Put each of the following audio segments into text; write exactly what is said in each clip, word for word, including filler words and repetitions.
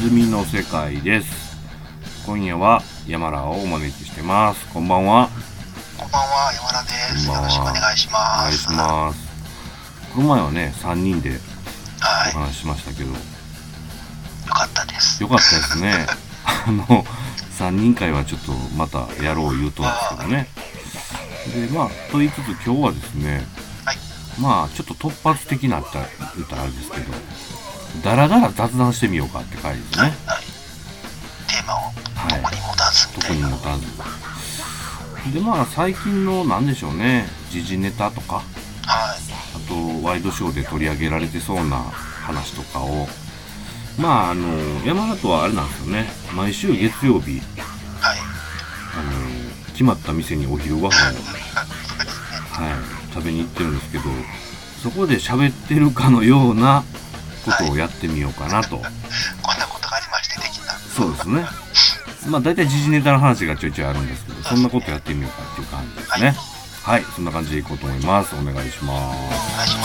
泉の世界です。今夜は山田をお招きしてます。こんばんは。 こんばんは、山田です。よろしくお願いします。 お願いします。この前はねさんにんでお話ししましたけど、 はい、よかったです。 よかったですね。あのさんにん会はちょっとまたやろう言うとんですけどね。でまあと言いつつ今日はですね、 はい、 まあちょっと突発的なって言ったらあれですけど、だらだら雑談してみようかって回ですね。はいはい、 テーマをどこに持たずみたいな、 はい、どこに持たずで、まあ最近のなんでしょうね、時事ネタとか、はい、あとワイドショーで取り上げられてそうな話とかを、まああの山田とはあれなんですよね、毎週月曜日、はい、あの決まった店にお昼ご飯を、はい、食べに行ってるんですけど、そこで喋ってるかのようなことをやってみようかなと、はい、 こんなことがありましてできた。 そうですね。まあ大体時事ネタの話がちょいちょいあるんですけど、そんなことやってみようかっていう感じですね。はい、はい、そんな感じでいこうと思います。お願いします。お願いします。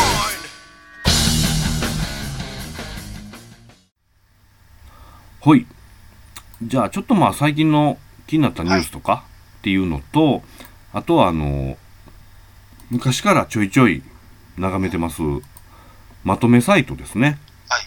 はい。じゃあちょっとまあ最近の気になったニュースとかっていうのと、はい、あとはあの昔からちょいちょい眺めてますまとめサイトですね。はい。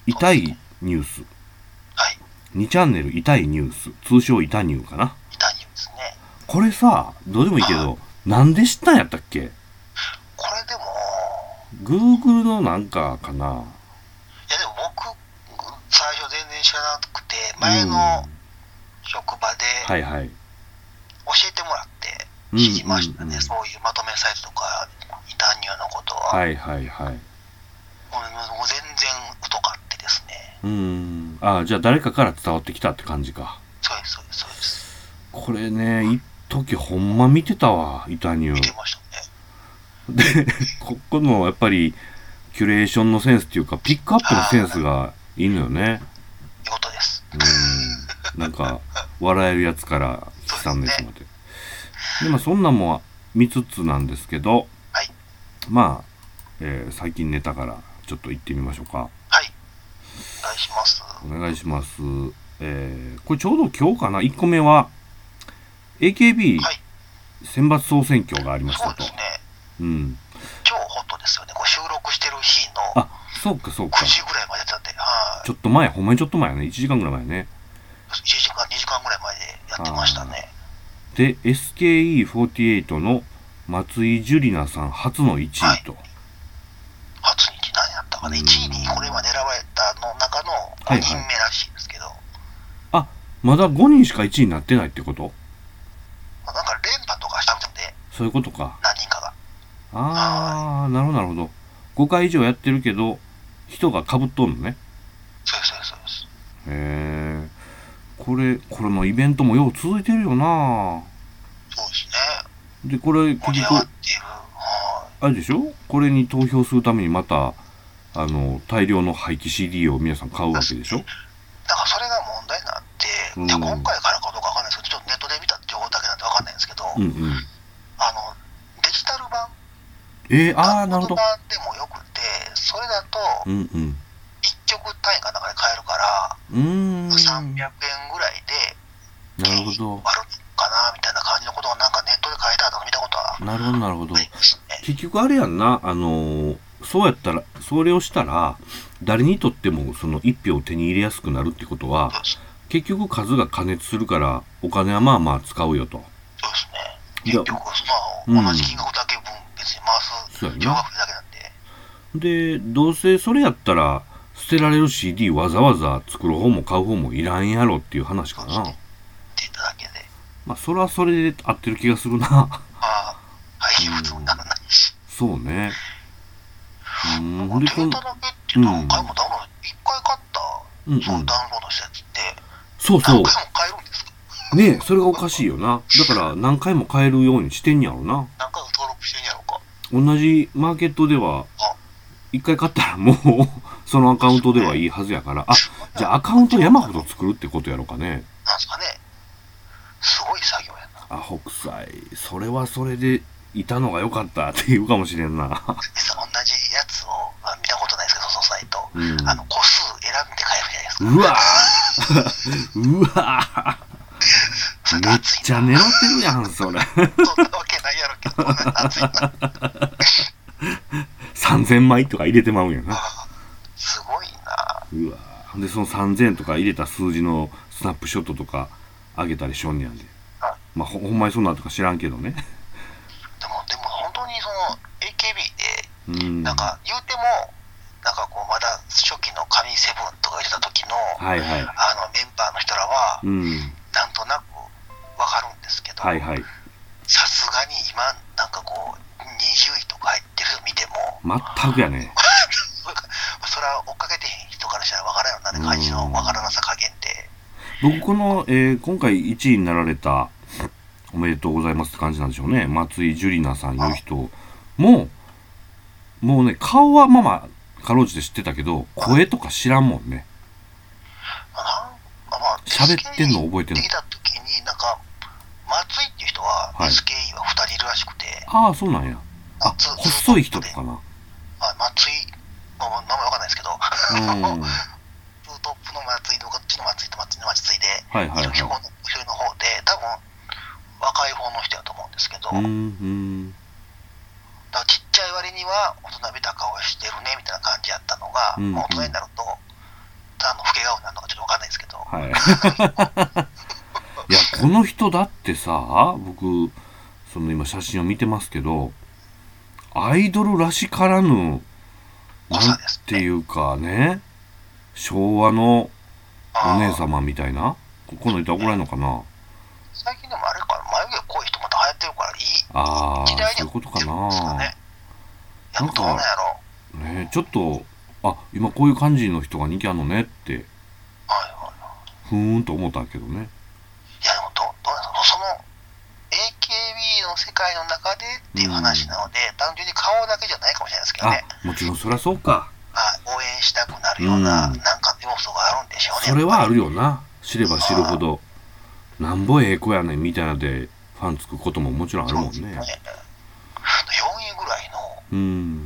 痛いニュース。はい。にチャンネル痛いニュース、通称痛ニューかな。 痛ニュースね。 これさ、どうでもいいけど、なんで知ったんやったっけ？ これでも Google のなんかかな。いやでも僕最初全然知らなくて、前の職場で教えてもらって知りましたね、うんうんうん、そういうまとめサイトとか痛ニューのことは。はいはいはい。もう全然疎かってですね。 うーん。ああ、じゃあ誰かから伝わってきたって感じか。 そうですそうですそうです。 これね、一時ほんま見てたわ、痛ニュー。 見てましたね。 で、ここのやっぱりキュレーションのセンスっていうか、ピックアップのセンスがいいのよね。 見事です。 うん。なんか、笑えるやつから悲惨なやつまで。で, でもそんなんも見つつなんですけど、はい、まあ、えー、最近ネタからちょっと行ってみましょうか。 はい。お願いします。 お願いします。えー、これちょうど今日かな、いっこめは エーケービー 選抜総選挙がありましたと。 そうですね。 うん。 超ホットですよね。こう収録してる日の。 あ、そうかそうか。 くじぐらいまでやってたんで、はい。 ちょっと前、ほんまにちょっと前やね。いちじかんぐらい前ね。 いちじかん、にじかんぐらい前でやってましたね。 で、エスケーイーフォーティーエイト の松井樹里奈さん初のいちいと。はい、 初にいちい何やったかね。いちいにこれまで選ばれたの中のごにんめらしいんですけど。はいはい、 あ、まだごにんしかいちいになってないってこと？ なんか連覇とかしたみたいで。 そういうことか。 何人かが。 あー、なるほどなるほど。ごかい以上やってるけど、人が被っとんのね。 そうですそうですそうです。 へー。これ、これのイベントもよう続いてるよな。 そうですね。で、これ、 結局、 あれでしょ？これに投票するためにまた、あの、大量の廃棄 シーディー を皆さん買うわけでしょ？ だからそれが問題になって、うん、今回からかどうかわかんないですけど、ちょっとネットで見た情報だけなんてわかんないんですけど、うんうん、あの、デジタル版、 えー、あー、なるほど。 版でもよくて、それだと、うんうん、いっきょく単位かなんかで買えるから、うーん、さんびゃくえんぐらいで、 なるほど。 あるかなみたいな感じのことをなんかネットで書いてあったの見たことは、 なるほどなるほど。結局あれやんな、あのー、そうやったら、それをしたら誰にとってもそのいち票を手に入れやすくなるってことは、結局数が過熱するからお金はまあまあ使うよと。 そうですね。結局まあ同じ金額だけ分別に回す量が増えるだけなんで。で、どうせそれやったら捨てられる シーディー わざわざ作る方も買う方もいらんやろっていう話かな。って言っただけで。 まあそれはそれで合ってる気がするな。 ああ、廃棄物にならないし。 そうね。 うん。で、データだけっていう何回もダウンロード、一回買った、うんうん、そのダウンロードしたやつって、 そうそう。 何回も買えるんですか？ ねえ、それがおかしいよな。だから何回も買えるようにしてんやろな。 何回も登録してんやろか。 同じマーケットでは、一回買ったらもうそのアカウントではいいはずやから、あ、じゃあアカウント山ほど作るってことやろかね。 なんすかね。すごい作業やな。 アホ臭い。それはそれでいたのが良かったって言うかもしれんな。 実は同じやつを、まあ、見たことないですけど、そのサイト、うん、あの個数選んで買えるじゃないですうわうわめっちゃ狙ってるやんそれ。 そんなわけないやろけど、暑いな。 さんぜんまいとか入れてまうんやな。 すごいな。 うわでそのさんぜんとか入れた数字のスナップショットとか上げたりしょんねやんで。まあ ほ, ほんまにそんなんとか知らんけどね。 でもでも本当にその エーケービー で、うん、なんか言うてもなんかこうまだ初期の神セブンとか入れた時の、はいはい、あのメンバーの人らは、うん、なんとなくわかるんですけど、はいはい、さすがに今なんかこうにじゅういとか入ってるの見ても全くやね。 それは追っかけてへん人からしたらわからんようなね感じのわからなさ加減で。 僕この、えー、今回いちいになられたおめでとうございますって感じなんでしょうね。松井樹里奈さんいう人ももうね顔はまあまあかろうじて知ってたけど声とか知らんもんね。喋ってんの覚えてない。 できた時になんか松井っていう人は エスケーイー はふたりいるらしくて、 ああそうなんや。あ細い人とかな。 あ松井の名前わかんないですけど、うんツートップの松井のこっちの松井と松井の松井で、はいはいはい、後ろの方で多分若い方の人やと思うんですけど、うんうん、だからちっちゃい割には大人びた顔してるねみたいな感じやったのが、うんうん、大人になるとただの老け顔になるのかちょっとわかんないですけど、 はい、いやこの人だってさ僕その今写真を見てますけどアイドルらしからぬなんていうかね昭和のお姉様みたいなこの人は怒られるのかな。 最近でもあれかな眉毛濃い人また流行ってるからいい時代にそういうことかな。 ね、いやどうなんやろねちょっとあ今こういう感じの人が人気あんのねって、はいはいはい、ふーんと思ったけどね。いやでもどどうなんその エーケービー の世界の中でっていう話なので、うん、単純に顔だけじゃないかもしれないですけどね。 あもちろんそりゃそうか。 応援したくなるような、うん、なんか要素があるんでしょうね。 それはあるよな。知れば知るほどなんぼええ子やねんみたいなでファンつくことももちろんあるもんね。そうですね。よんいぐらいの、うん、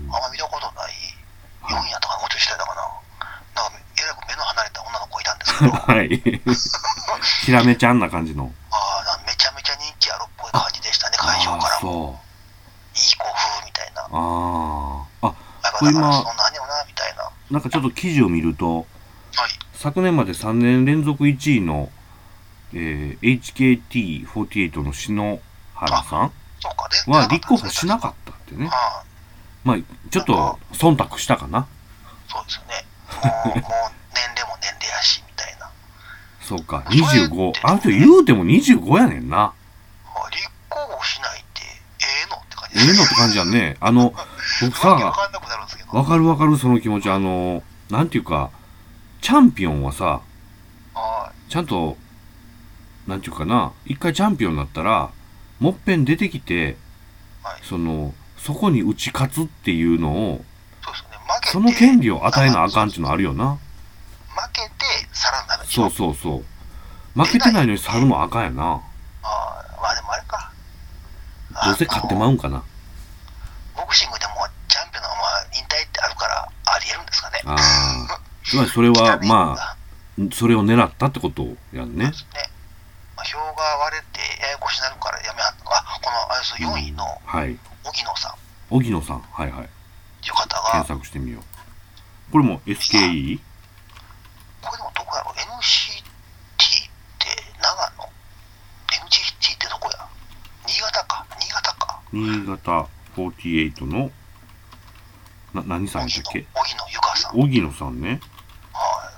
あんま見たことないよんいやとかもうちょいしてたかな。なんかえらく目の離れた女の子いたんですけどはいひらめちゃんな感じのあめちゃめちゃ人気あるっぽい感じでしたね。会場からもいい子風みたいな。あああこれ今そんなにもなみたいな。 なんかちょっと記事を見ると、はい、昨年までさんねん連続いちいの、えー、エイチケーティーフォーティーエイト の篠原さんは立候補しなかったってね。あまあちょっと忖度したかな。 そうですよね。もう、もう年齢も年齢やしみたいな。 そうかにじゅうごあの人言うてもにじゅうごやねんな。 立候補しないってええのって感じですね。ええのって感じやね。あの僕さわかるわかるその気持ち。あのなんていうかチャンピオンはさちゃんとなんていうかな一回チャンピオンになったらもっぺん出てきて、はい、そのそこに打ち勝つっていうのをそうですね、負けてその権利を与えなあかんっていうのあるよな。 負けて去らんダメでしょ。そうそうそう負けてないのに去るのあかんやな。あまあでもあれかどうせ勝ってまうんかな。 ボクシングでもチャンピオンのまま引退ってあるからありえるんですかね。ああつまりそれはまあそれを狙ったってことやんね。そうですね。 まあ、票が割れてややこしになるからやめはったのがこのあれよんいの荻野さん、 荻野さんはいはいいう方が検索してみよう。これも エスケーイー？ これでもどこやろ エヌシーティー って長野 エヌシーティー ってどこや新潟か新潟か新潟よんじゅうはちのな何さんやったっけ。 荻野由香さん。 荻野さんね。 はい、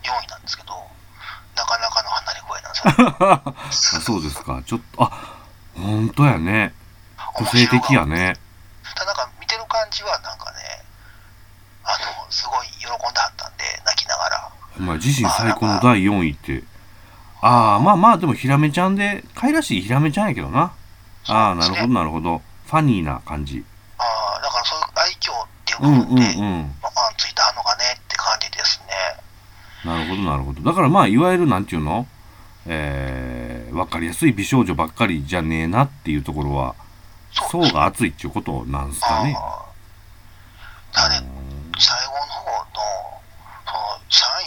よんいなんですけどなかなかの離れ声なんですよ。 あそうですか。ちょっとあ本当やね。個性的やね。 ただなんか見てる感じはなんかねあのすごい喜んではったんで泣きながら。 お前自身最高のだいよんいって。ああまあまあでもひらめちゃんでかいらしいひらめちゃんやけどな。ね、ああなるほどなるほど。ファニーな感じ。 ああだからそういう愛嬌っていう部分で、うんうんうん、まあ、ついたのかねって感じですね。 なるほどなるほど。だからまあいわゆるなんていうの、えー、分かりやすい美少女ばっかりじゃねえなっていうところは層が厚いっていうことなんすかね。 だね最後の方のそのさんいにい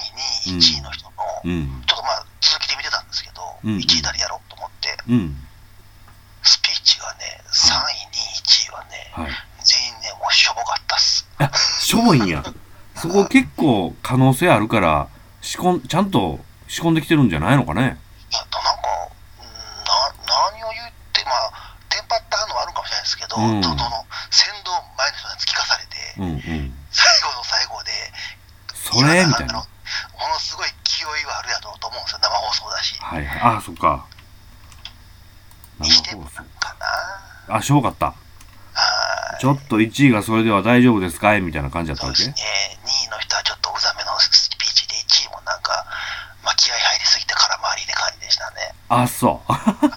にいちいの人の、うん、ちょっとまあ続きで見てたんですけど、うんうん、いちい誰やろうと思って、うん、スピーチがねさんい、にい、いちいはね、はい、全員ねもうしょぼかったっす。 あ、しょぼいんや。そこ結構可能性あるから仕込んちゃんと仕込んできてるんじゃないのかね。 いやなんかな何を言ってまあテンパったのはあるかもしれないですけど、うん、どの先導前の人に突きかされて、うんうん、最後の最後でそれみたいなものすごい勢いはあるやろうと思うんですよ、生放送だし。 はいはい、ああそっか。 にしてもかな。あ、しょぼかった。ちょっといちいがそれでは大丈夫ですかいみたいな感じだったわけ。 そうですね。にいの人はちょっとうざめのスピーチで、いちいもなんか、まあ、気合入りすぎて空回りで感じでしたね。 あ、そう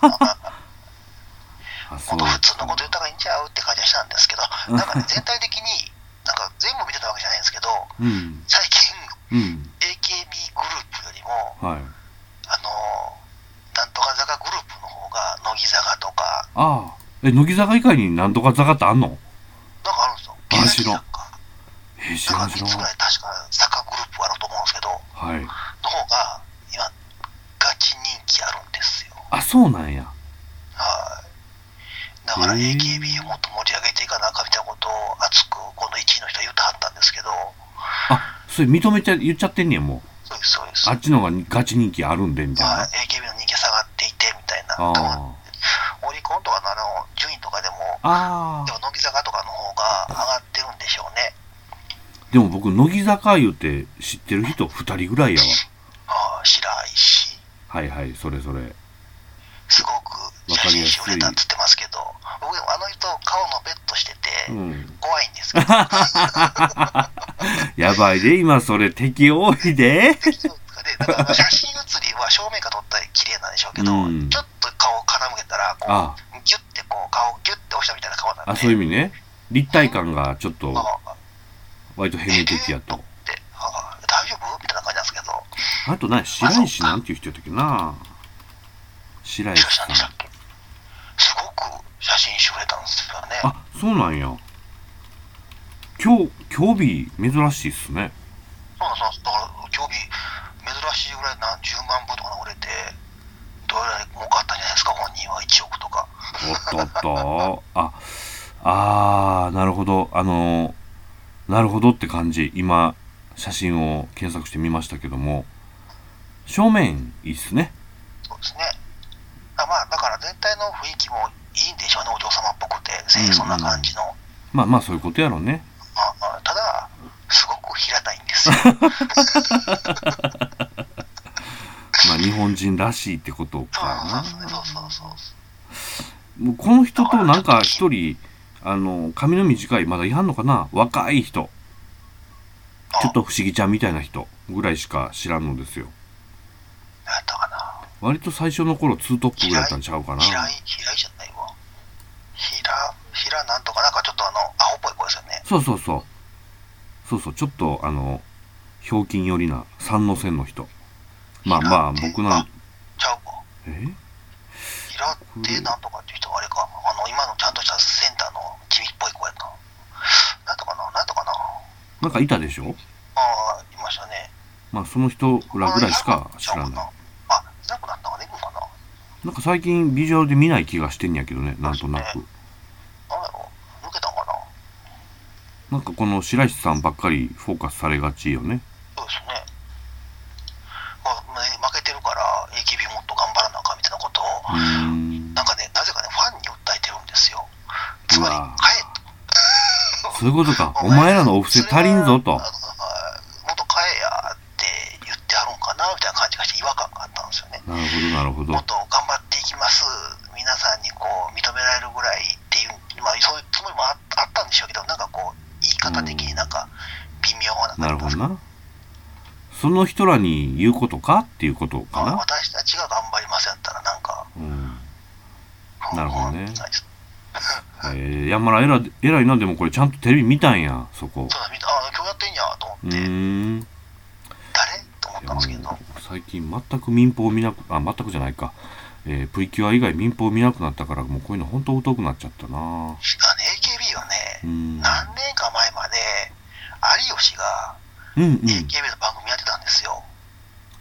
あ、そう。普通のこと言った方がいいんちゃうって感じはしたんですけど、なんかね、全体的になんか全部見てたわけじゃないんですけど、うん、最近、うん、エーケービー グループよりも、はい、あのなんとか坂グループの方が乃木坂とか。 ああ、え、乃木坂以外になんとか坂ってあんの？ なんかあるんですよ。 あ、知らん。え、知らん知らん。 みっつぐらい確か坂グループあると思うんですけど、はい、の方が今ガチ人気あるんですよ。 あ、そうなんや。 はい。だから エーケービー をもっと盛り上げていかなあかんみたいなことを熱く今度いちいの人は言ってはったんですけど。 あ、それ認めちゃ言っちゃってんねやもう。 そうですそうです。 あっちの方がガチ人気あるんでみたいな。 はい、エーケービー の人気下がっていてみたいな。あオリコンとかのあの順位とかでも、あでも乃木坂とかの方が上がってるんでしょうね。 でも僕乃木坂言うて知ってる人ふたりぐらいやわ。 ああ、白石。 はいはい、それそれ。 すごく写真集売れたっつってますけど、僕でもあの人顔のベットしてて怖いんですけど、うん、 やばいで今それ敵多いで。 だから写真写りは正面から撮ったら綺麗なんでしょうけど、うん、ちょっと顔を傾けたらこうギュッてこう顔をギュッて押したみたいな顔なんで。 あ、そういう意味ね。立体感がちょっと割と変的やと。 えー、あ大丈夫みたいな感じなんですけど。 あと何白石なんていう人やったっけな。白石さん。すごく写真集売れたんですよね。 あ、そうなんや。今日今日日珍しいっすね。 そうなんです。だから今日日珍しいぐらい何十万部とか売れて、どれぐらい儲かったんじゃないですか、本人はいちおくとか。 おっとっと。あ、あー、なるほど。あのなるほどって感じ。今写真を検索してみましたけども、正面いいっすね。 そうですね。あ、まあだから全体の雰囲気もいいんでしょうね、お嬢様っぽくて、そんな感じの、うんうん、 まあまあそういうことやろうね。 ああ、ただすごく平たいんですよ。 まあ日本人らしいってことかな。 そうそうそうそう。 もうこの人となんか一人あの髪の短いまだいはんのかな、若い人、ちょっと不思議ちゃんみたいな人ぐらいしか知らんのですよ。 やったかな。 割と最初の頃ツートップぐらいだったんちゃうかな。 平井平井じゃないわ。平平なんとかなんかちょっとあのアホっぽい子ですよね。 そうそうそうそうそう、ちょっとあのひょうきん寄りな三の線の人。まあまあ僕なんちゃうか。え？平ってなんとかっていう人はあれか。あの今のちゃんとしたセンターの地味っぽい子やな。なんとかななんとかな。 なんかいたでしょ？ ああ、いましたね。 まあその人らぐらいしか知らない。 あ、いなくなったのがいるのかな。 なんか最近ビジュアルで見ない気がしてんやけどね、なんとなく。なんやろ、抜けたんかな。 なんかこの白石さんばっかりフォーカスされがちよね。 そうですね。まあ、負けてるから エーケービー もっと頑張らなあかんみたいなことを、うーん、なんかね、なぜかね、ファンに訴えてるんですよ。つまり、帰えと。 そういうことか。お前らのお布施足りんぞと。もっと帰えやって言ってはるんかなみたいな感じがして違和感があったんですよね。 なるほどなるほど。 もっと頑張っていきます。皆さんにこう認められるぐらいっていう、まあそういうつもりも あ, あったんでしょうけど、なんかこう言い方的になんか微妙な感じ。 なるほどな。その人らに言うことかっていうことかな。 私たちが頑張りませんったらなんか、うん、 なるほどね。えー、やんまらえら偉いな。でもこれちゃんとテレビ見たんや、そこ。 そうだ、見た。あ、今日やってんやと思って。うーん、誰と思ったんですけど。 最近全く民放見なく、あ、全くじゃないか。えー、プリキュア以外民放見なくなったから、もうこういうの本当疎くなっちゃったな。あの エーケービー はね、何年か前まで有吉が エーケービー の番組やってたんですよ。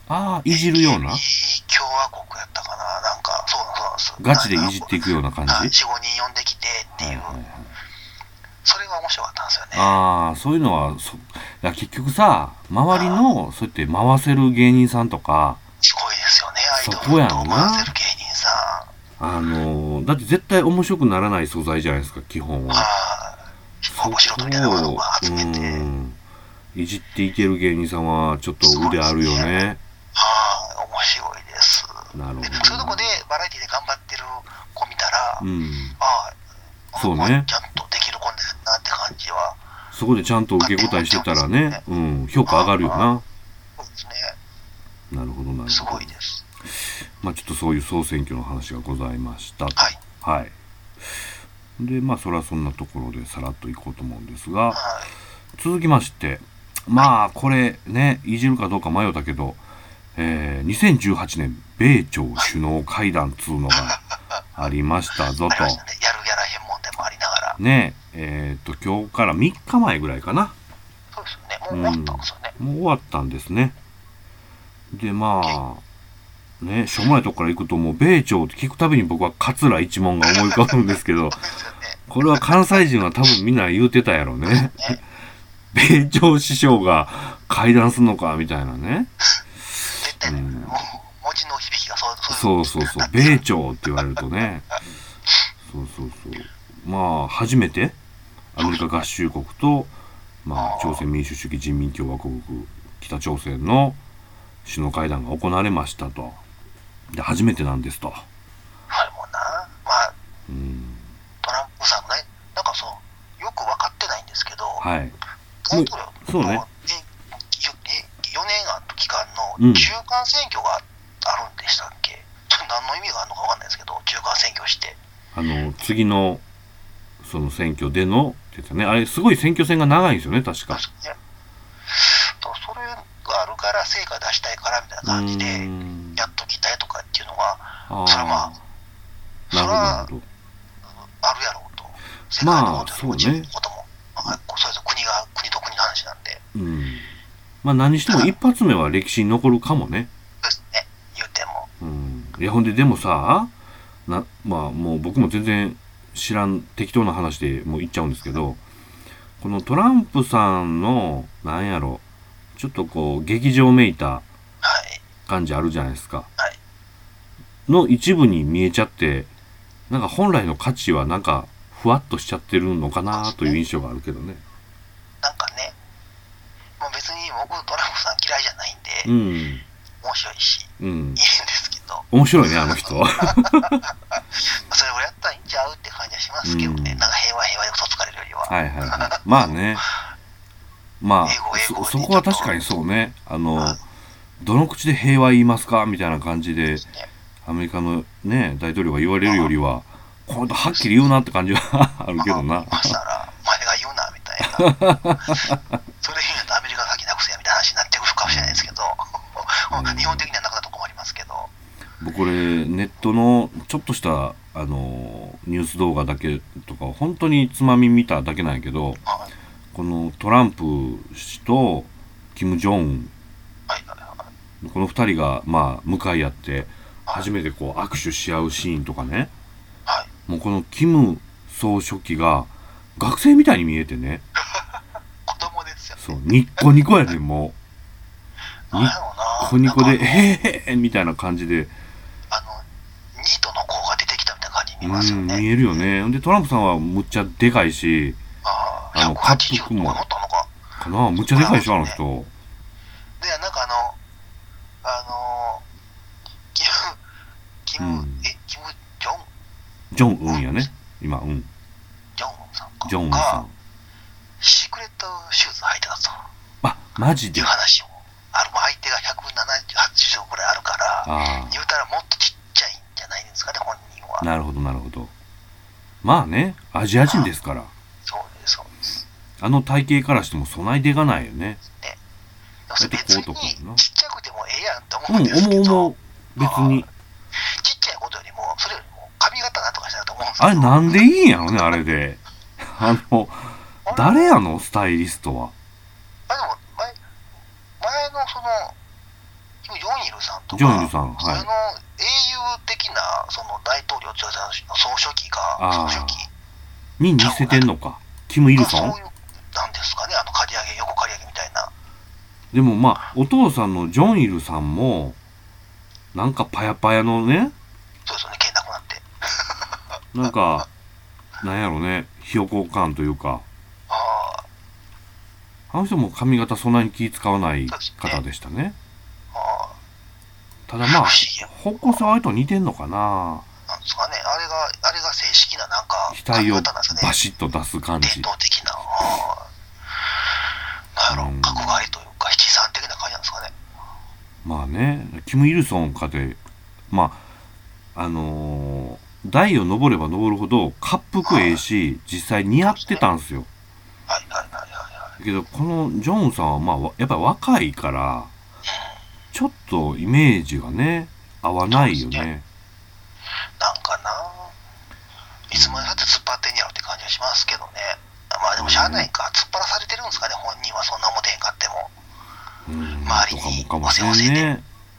ああ、いじるような。 共和国やったかな、なんか、そうなんです。 ガチでいじっていくような感じ。 よん、ごにん呼んできてっていう、はいはいはい、それが面白かったんですよね。 ああ、そういうのは、そいや結局さ、周りの、そうやって回せる芸人さんとか、 すごいですよね、アイドルそこやんな。 回せる芸人さん。あのー、だって絶対面白くならない素材じゃないですか、基本は。 ああ、面白いみたいなものが集めて。 いじっていける芸人さんはちょっと腕あるよね。 ああ、面白いです。 なるほど。 そういうとこでバラエティで頑張ってる子見たら、うん、ああ、 そうね。 ちゃんとできる子だなって感じは。 そこでちゃんと受け答えしてたらね、うん、評価上がるよな。 そうですね。 なるほどなるほど。 すごいです。 まあちょっとそういう総選挙の話がございましたと。 はい。 はい。で、まあそれはそんなところでさらっといこうと思うんですが、はい、続きまして、まあこれね、いじるかどうか迷ったけど、えー、にせんじゅうはちねん米朝首脳会談つうのがありましたぞと。 ありましたね。やるやらへん問題もありながら。 ねえ、えー、っと今日からみっかまえぐらいかな。 そうですよね。もう終わったんですよね。 うん、もう終わったんですね。でまあね、しょうもないとこから行くともう米朝って聞くたびに僕は桂一門が思い浮かぶんですけど、これは関西人は多分みんな言うてたやろうね。米朝師匠が会談するのかみたいなね。 絶対ね、うん、文字の響きがそうそうそうそう、米朝って言われるとね。そうそうそう。まあ初めてアメリカ合衆国と、まあ、朝鮮民主主義人民共和国北朝鮮の首脳会談が行われましたと。で初めてなんですと。 はい、もうな、まあ、うん、トランプさんね、なんかそうよく分かってないんですけど、 はい、 大統領そうね、 よねんかんの期間の中間選挙があるんでしたっけ、うん、ちょっと何の意味があるのか分かんないですけど、中間選挙して、 あの次のその選挙でのですね、あれすごい選挙戦が長いんですよね、確か。 そうですね。それがあるから成果出したいからみたいな感じでやっときたいとかっていうのが、それはまあそれはあるやろうと。世界のことも自分のことも、まあ、それぞれ国が国と国の話なんで、 うん、まあ何しても一発目は歴史に残るかもね。 そうですね、言うても。 うん、いやほんででもさ、なまあもう僕も全然知らん適当な話でもう言っちゃうんですけど、このトランプさんのなんやろちょっとこう劇場めいた感じあるじゃないですか、 はい、 の一部に見えちゃって、なんか本来の価値はなんかふわっとしちゃってるのかなという印象があるけどね。 なんかね、もう別に僕トランプさん嫌いじゃないんで、うん、面白いし、うん、いいんですけど、 面白いねあの人。それをやったらいいんちゃうって感じはしますけどね、うん、なんか平和平和で嘘つかれるよりは。 はいはいはい。まあね、まあ英語英語 そ, そこは確かにそうね。あの、うん、どの口で平和言いますかみたいな感じで、アメリカのね大統領が言われるよりは、この人はっきり言うなって感じはあるけどな。 ましたら前が言うなみたいな。それ言うとアメリカが先なくせやみたいな話になってくるかもしれないですけど、うん、日本的にはなくなると困りますけど。 僕これネットのちょっとしたあのニュース動画だけとか本当につまみ見ただけなんやけど、はい、このトランプ氏とキム・ジョンウン、はいはいはい、このふたりがまあ向かい合って初めてこう握手し合うシーンとかね、はい、もうこのキム総書記が学生みたいに見えてね。 子供ですよね。 そうニッコニコやねんもう。ニッコニコでへーへーみたいな感じで。 あのニートの子が出てきたみたいな感じに見えますよね。 うん見えるよね。でトランプさんはむっちゃでかいし、ああの滑腹もかな、むっちゃでかいでしょあの人。 でなんかあのあのキムキム、うん、えキムジョンジョンウンやね今。うんジョンウンさんかジョンウンさんシークレットシューズ履いてたと。 あマジでいう話をある相手がひゃくななじゅうはちじゅうぐらいあるから言うたらもっとちっちゃいんじゃないですかね本人は。 なるほどなるほど。まあねアジア人ですから。 そうですそうです。 あの体型からしても備えでがないよね。 ね別にちっちゃくてもええやんと思うんですけど、 うん、思う思う別にちっちゃいことよりもそれよりも髪型なんとかしたらと思うんですけど。 あれなんでいいんやろねあれで。あの誰やのスタイリストは。 あでも前前のそのキム・ジョンルさんとか、 ジョン・イルさん、はい、 その英雄的なその大統領というか総書記が、総書記に似せてんのか、キム・イルソン、 そういうなんですかね、あの刈り上げ、横刈り上げみたいな。 でもまあお父さんのジョン・イルさんもなんかパヤパヤのね、 そうですよね、毛なくなってなんかなんやろね、ひよこ感というか、 ああの人も髪型そんなに気使わない方でしたね。 あただまあ方向性はあれと似てんのかな。 なんですかね、あれがあれが正式ななんか額をバシッと出す感じ、 伝統的な、なんやろ、角刈りというか七三的な感じなんですかね。 まあね、キム・イルソンかで、まああのー、台を登れば登るほど恰幅ええし、実際似合ってたんですよ。 はいはいはいはいはい。 けどこのジョンさんはまあやっぱり若いから、ちょっとイメージがね合わないよね。ね、 なんかないつまでだって突っ張ってんやろって感じがしますけどね。まあでもしゃあないか、突っ張らされてるんですかね、本人はそんな思てへんかっても。周りにお世話せて。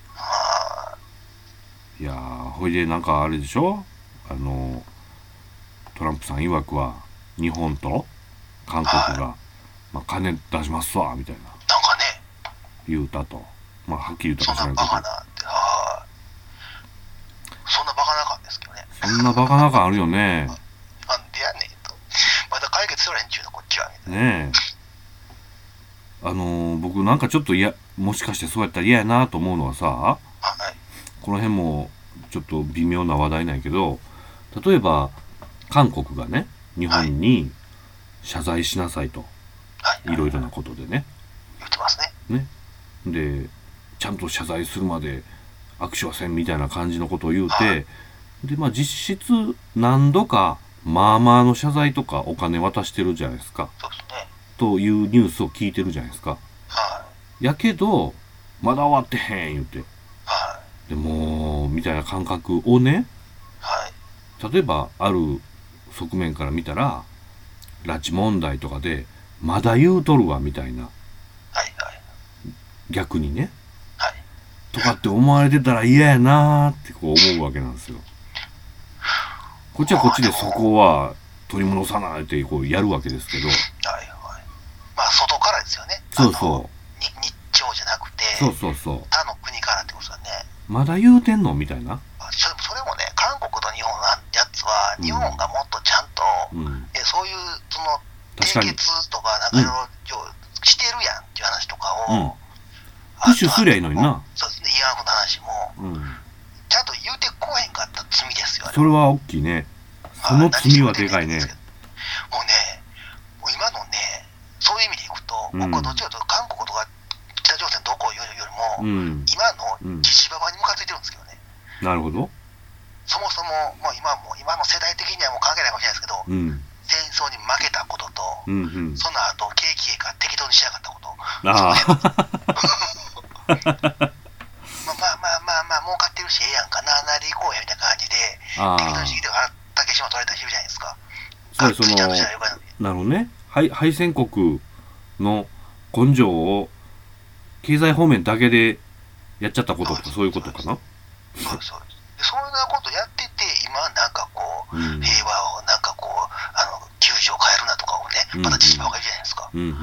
いやー、ほいでなんかあれでしょ、あのトランプさん曰くは日本と韓国が、はい、まあ、金出しますわみたいななんかね言うたと、まあはっきり言うたか知らんけど、 そんなバカなって、はそんなバカな感ですけどね。 そんなバカな感あるよね。 なんでやねんと、まだ解決しろへんちゅうのこっちはみたいなねえ。あのー、僕なんかちょっといや、もしかしてそうやったら嫌やなと思うのはさ、はい、この辺もちょっと微妙な話題なんやけど、例えば韓国がね日本に謝罪しなさいと、はい、いろいろなことでね言ってますね。ねでちゃんと謝罪するまで握手はせんみたいな感じのことを言うて、はい、でまあ実質何度かまあまあの謝罪とかお金渡してるじゃないですか。 そうですね。 というニュースを聞いてるじゃないですか。 はい。 やけどまだ終わってへん言うて、 はい。 でもみたいな感覚をね、 はい。 例えばある側面から見たら拉致問題とかでまだ言うとるわみたいな、はいはい、 逆にね、 はい、 とかって思われてたら嫌やなーってこう思うわけなんですよ。こっちはこっちでそこは取り戻さないってこうやるわけですけど、はいはい、まあ外からですよね。 そうそう、 日朝じゃなくて、 そうそうそう、 他の国からってことだね。 まだ言うてんのみたいな。 それ、それもね、韓国と日本のやつは、うん、日本がもっとちゃんと、うん、えそういうその締結とかなんかいろいろしてるやんっていう話とかを、うん、 プッシュすりゃいいのにな。 そうですね、慰安婦の話も、うん、ちゃんと言うてこへんかった罪ですよね。 それは大きいね。その罪はでかいね。 もうね、もう今のね、そういう意味でいくと、うん、僕はどっちかというと韓国とか北朝鮮どこを言うよりも、うん、今の岸場場にムカついてるんですけどね。 なるほど。 そもそも、もう今も今の世代的にはもう関係ないかもしれないですけど、うん、戦争に負けたことと、うんうん、その後景気が適当にしなかったこと。あまあまあまあまあまあ儲かってるしええやんかななで行こうやみたいな感じで適当にしてきてから竹島取れた人いるじゃないですか。 そうそのなるほどね。敗敗戦国の根性を経済方面だけでやっちゃったことってそういうことかな。 そうそうでそんなことやってて今なんかこう、うん、平和をなんかこうあの窮地を変えるなとかをねまた父母がいるじゃないですか。うんうんうん、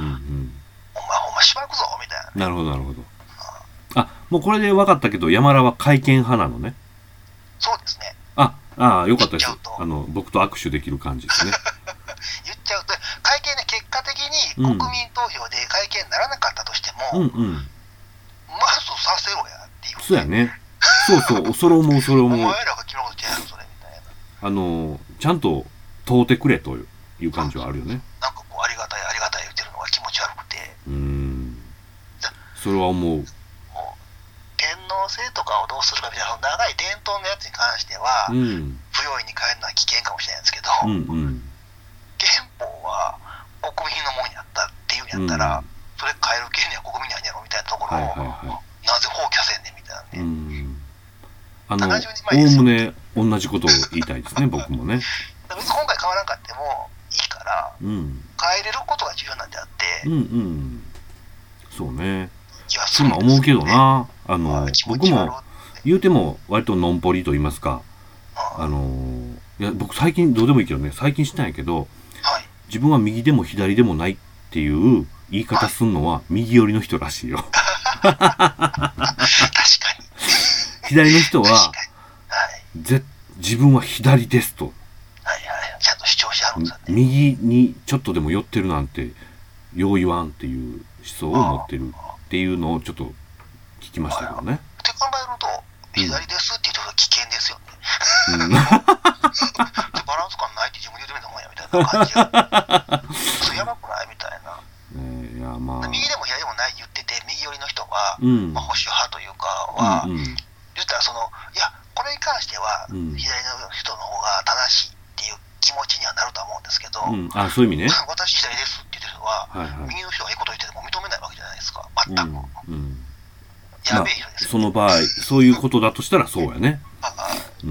お前ほんましばくぞみたいな。 なるほどなるほど。あ、もうこれで分かったけど山田は会見派なのね。 そうですね。 ああよかったです。あの僕と握手できる感じですね。 言っちゃうと会見ね結果的に国民投票で会見にならなかったとしても、うんうん、まずさせろやっていう、ね。 そうやね。そうそうそれ思うそれ思う。 お前らが決めることやるそれみたいな。 あのちゃんと問うてくれという感じはあるよね。 なんかこうありがたいありがたい言ってるのが気持ち悪くて。うーん。 それは思う。 天皇制とかをどうするかみたいな長い伝統のやつに関しては、うん、不用意に変えるのは危険かもしれないですけど、うんうん、憲法は国民のものになったっていうんやったら、うん、それ変える権利は国民にあるんやろみたいなところを、はいはいはい、なぜ放棄せんねんみたいなね。うん、 あのおおむね同じことを言いたいですね僕もね。 別に今回変わらんかってもいいから、うん、変えれることが重要なんであって、 うんうん、そうね。今思うけどな。 あの僕も言うても割とのんぽりと言いますか、あのいや僕最近どうでもいいけどね、最近知ったんやけど、はい、自分は右でも左でもないっていう言い方すんのは右寄りの人らしいよ。確かに。左の人は、はい、ぜ自分は左ですと。はいはい、ちゃんと主張しはるんですよね。 右にちょっとでも寄ってるなんてよう言わんっていう思想を持ってるっていうのをちょっと聞きましたけどね。 って考えると左ですって言うと危険ですよね。うん、バランス感ないって自分で言うてみたもんやみたいな感じや。それやばくないみたいな。 えー、いやまあ、 右でも左でもない言ってて、右寄りの人は、うんまあ、保守派というかは、うんうん、言ったらそのいやこれに関しては、うん、左の人の方が正しいっていう気持ちにはなると思うんですけど、うん、 あそういう意味ね。 私左ですって言ってる人は、はいはい、右の人がいいこと言ってても認めないわけじゃないですか、全く。うんうんやべえ人ですよ、ねまあ、その場合そういうことだとしたらそうやね。うん、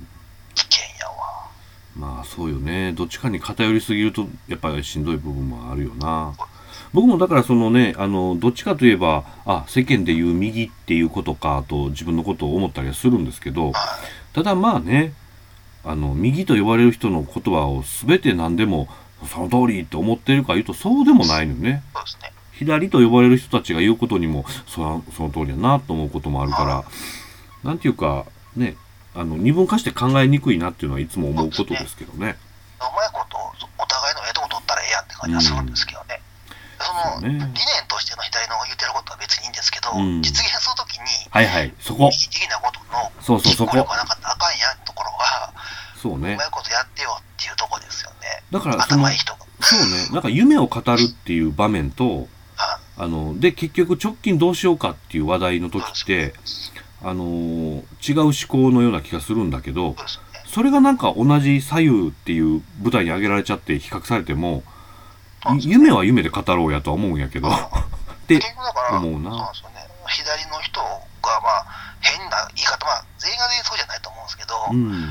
危険やわ。 まあそうよね。どっちかに偏りすぎるとやっぱりしんどい部分もあるよな。僕もだからそのねあのどっちかといえばあ世間で言う右っていうことかと自分のことを思ったりはするんですけど、ただまあねあの右と呼ばれる人の言葉を全て何でもその通りって思ってるか言うとそうでもないのよね。そうですね。左と呼ばれる人たちが言うことにもその、その通りだなと思うこともあるから、なんていうかねあの二分化して考えにくいなっていうのはいつも思うことですけどね。 うまいことお互いのええとこ取ったらええやんって感じはするんですけどね。うん、その、ね、理念としての左の言ってることは別にいいんですけど、うん、実現するときにはいはいそこ右的なことのそうそうそこ実行力がなかったらあかんやんところがそうねうまいことやってよっていうところですよね。 だから頭いい人がそうねなんか夢を語るっていう場面とあので結局直近どうしようかっていう話題の時ってあのー、違う思考のような気がするんだけど そ,、ね、それがなんか同じ左右っていう舞台に上げられちゃって比較されても、ね、夢は夢で語ろうやとは思うんやけどって思うな。 そうですよね、左の人がまあ変な言い方まあ全員が全員そうじゃないと思うんですけど、うん、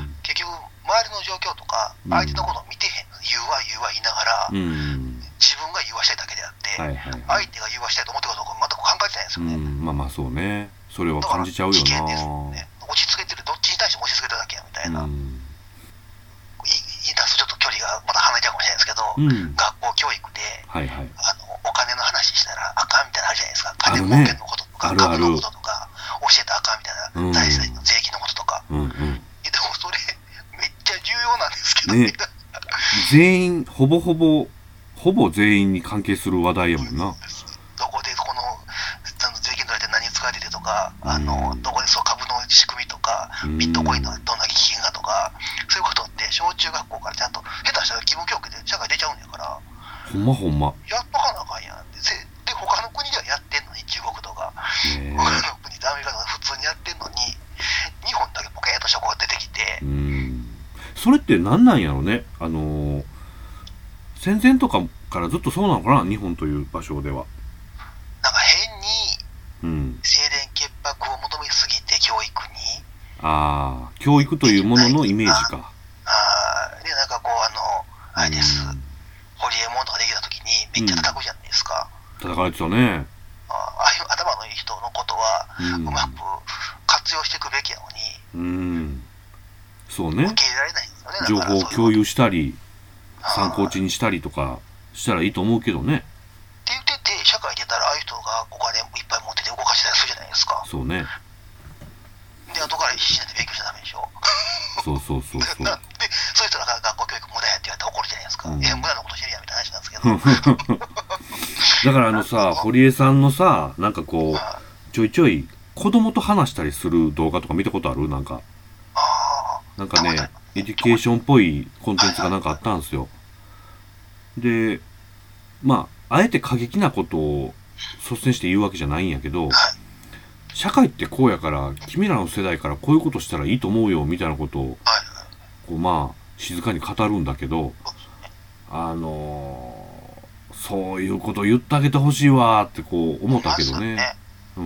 結局周りの状況とか相手のことを見てへん、うん、言うわ言うわ言いながら、うん自分が言わしたいだけであって、はいはいはい、相手が言わしたいと思ってるかどうか全く考えてないんですよね。 うん、まあまあそうね。それは感じちゃうよな。 危険ですね。落ち着けてる、どっちに対しても落ち着けてるだけやみたいな。うん、言い出すとちょっと距離がまた離れちゃうかもしれないですけど、うん、学校教育で、はいはい、あのお金の話したらあかんみたいなのあるじゃないですか。金儲けのこととか、株のこととか教えたらあかんみたいな、財政の税金のこととか。うんうん、でもそれめっちゃ重要なんですけどね。 全員ほぼほぼほぼ全員に関係する話題やもんな。 どこでこの税金取られて何に使われててとか、あのどこでそう株の仕組みとか、ビットコインのどんな基金がとか、そういうことって小中学校からちゃんと下手したら義務教育で社会出ちゃうんやから。 ほんまほんま。 やっとかなあかんやんって。で他の国ではやってんのに中国とか、他の国でアメリカとか普通にやってんのに、日本だけポケーっとした子が出てきて。 うんそれって何なんやろね。あのー。戦前とかからずっとそうなのかな日本という場所では。 なんか変に清廉潔白を求めすぎて教育に、 うん、ああ教育というもののイメージか。 ああでなんかこうあのあれです、うん、ホリエモンとかできた時にめっちゃ叩くじゃないですか。 うん、叩かれてたね。 ああいう頭のいい人のことは、うん、うまく活用していくべきやのに、うん、 そうね受け入れられないんですよね。 情報を共有したり参考値にしたりとかしたらいいと思うけどね。って言ってて社会出たらああいう人がお金いっぱい持ってて動かしたりするじゃないですか。 そうね。 で後から必死になって勉強しちゃダメでしょ。 そうそうそうそう。 なんでそういう人らが学校教育無駄やって言われて怒るじゃないですか。うん、いや無駄なことしてるやんみたいな話なんですけど。 だからあのさ堀江さんのさなんかこうちょいちょい子供と話したりする動画とか見たことある？なんかあなんかねエデュケーションっぽいコンテンツがなんかあったんですよ。でまああえて過激なことを率先して言うわけじゃないんやけど、社会ってこうやから君らの世代からこういうことしたらいいと思うよみたいなことをこうまあ静かに語るんだけど、あのー、そういうこと言ってあげてほしいわってこう思ったけどね。うん。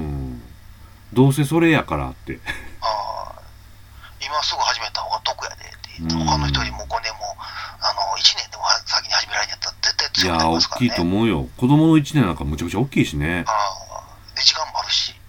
どうせそれやからって。 あ今すぐ始めた方が得やでって言って、他の人よりもごねんもあのいちねんでも先に始められるんやったら絶対強くなりますからね。 いや大きいと思うよ。子供のいちねんなんかむちゃくちゃ大きいしね。 あで時間もあるし。